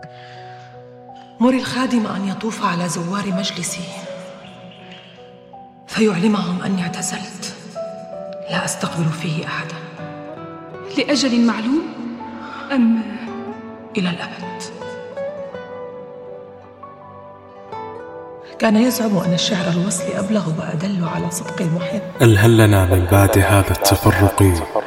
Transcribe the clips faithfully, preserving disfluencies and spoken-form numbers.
مري الخادم أن يطوف على زوار مجلسي فيعلمهم أني اعتزلت، لا أستقبل فيه أحدا. لأجل معلوم أم إلى الأبد؟ كان يزعم أن الشعر الوصل أبلغ وأدل على صدق المحب. هل هل لنا من بعد هذا التفرق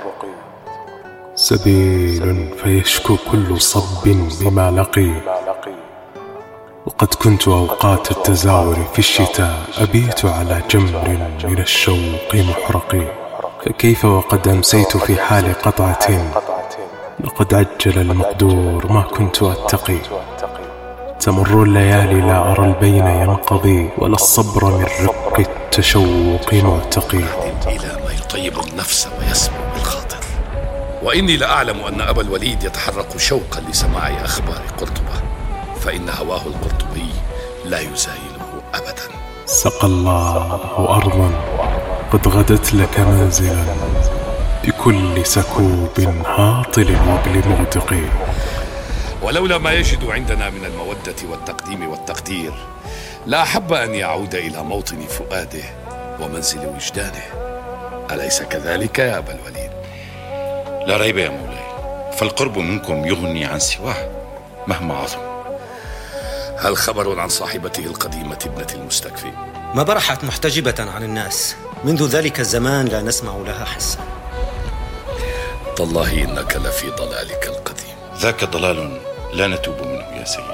سبيل فيشكو كل صب بما لقي؟ وقد كنت أوقات التزاور في الشتاء أبيت على جمر من الشوق محرق، فكيف وقد أمسيت في حال قطعة لقد عجل المقدور ما كنت أتقي. تمر الليالي لا أرى البين ينقضي ولا الصبر من رق التشوق معتقي. إلى ما يطيب النفس ويسمو بالخاطر. وإني لأعلم أن أبا الوليد يتحرك شوقا لسماع أخبار قرطبة، فإن هواه القرطبي لا يزايله أبدا. سقى الله أرضا قد غدت لك منزلا بكل سكوب هاطل وبل مغدق. ولولا ما يجد عندنا من المودة والتقديم والتقدير لا أحب أن يعود إلى موطن فؤاده ومنزل وجدانه. أليس كذلك يا أبا الوليد؟ لا ريب يا مولاي، فالقرب منكم يغني عن سواه مهما عظم. هل خبر عن صاحبته القديمة ابنة المستكفي؟ ما برحت محتجبة عن الناس منذ ذلك الزمان، لا نسمع لها حسا. تالله إنك لفي ضلالك القديم. ذاك ضلال لا نتوب منه يا سيدي.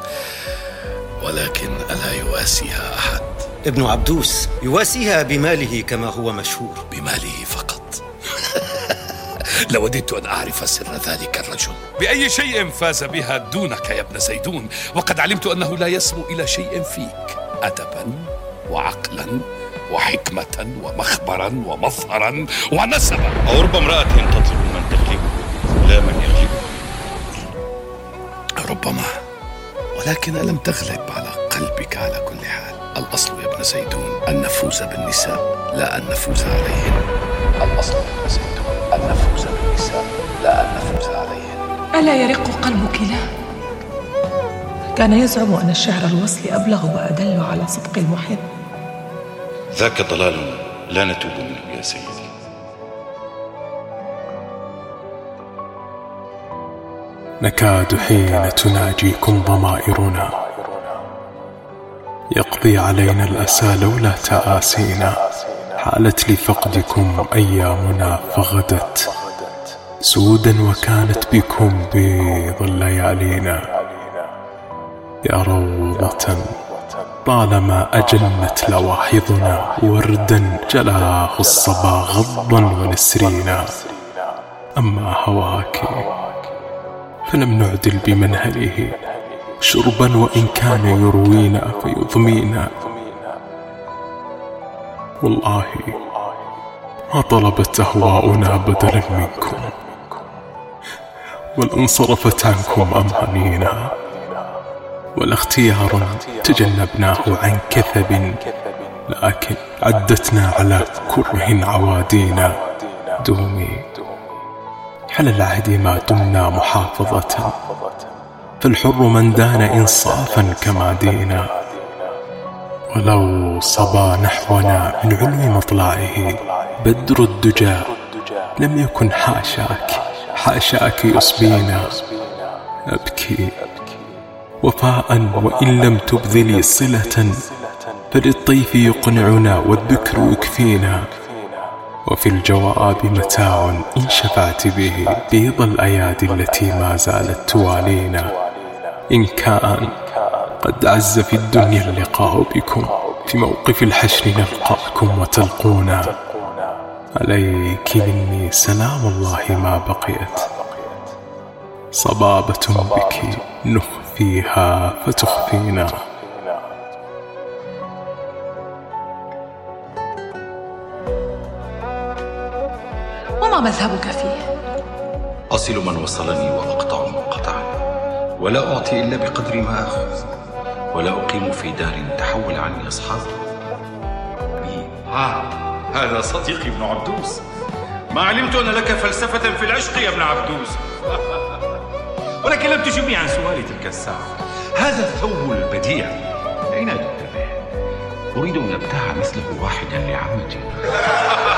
ولكن ألا يواسيها أحد؟ ابن عبدوس يواسيها بماله كما هو مشهور. بماله فقط؟ لوددت أن أعرف سر ذلك الرجل. بأي شيء فاز بها دونك يا ابن زيدون، وقد علمت أنه لا يسمو إلى شيء فيك أدبا وعقلا وحكمة ومخبرا ومظهرا ونسبا. أو رب امرأة تطلب من تغلبه لا من يغلبه. ربما، ولكن ألم تغلب على قلبك على كل حال. الأصل يا ابن زيدون أن نفوز بالنساء لا أن نفوز عليهن. الأصل يا ابن زيدون أن نفوز بالنساء لا أن نفوز عليهن. ألا يرق قلبك له؟ كان يزعم أن الشعر الوصل أبلغ وأدل على صدق المحب. ذاك ضلال لا نتوب منه يا سيدي. نكاد حين تناجيكم ضمائرنا يقضي علينا الأسى لولا تآسينا. حالت لفقدكم أيامنا فغدت سودا وكانت بكم بيض الليالينا. يا روضة طالما أجنت لواحظنا وردا جلاه الصبا غضا ونسرينا. أما هواك فلم نعدل بمنهله شربا وإن كان يروينا فيضمينا. والله ما طلبت أهواؤنا بدلا منكم ولا انصرفت عنكم أمانينا، ولا اختيار تجنبناه عن كثب، لكن عدتنا على كره عوادينا. دومي حل العهد ما دمنا محافظة، فالحر من دان إنصافا كما دينا. ولو صبا نحونا من علو مطلعه بدر الدجى لم يكن حاشاك حاشاك يصبينا. أبكي وفاء وإن لم تبذلي صلة، فللطيف يقنعنا والذكر يكفينا. وفي الجواب متاع إن شفعت به بيض الأيادي التي ما زالت توالينا. إن كان قد عز في الدنيا اللقاء بكم، في موقف الحشر نلقاكم وتلقونا. عليك مني سلام الله ما بقيت، صبابة بك نخفيها فتخفينا. وما مذهبك فيه؟ أصل من وصلني وأقطع من قطعني، ولا أعطي إلا بقدر ما أخذ، ولا أقيم في دار تحول عني أصحابي. ها هذا صديقي ابن عبدوس. ما علمت أن لك فلسفة في العشق يا ابن عبدوس. ولكن لم تجبني عن سؤالي تلك الساعة. هذا الثوب البديع أين أجبت به؟ أريد أن أبتاع مثله واحدا لعمتي.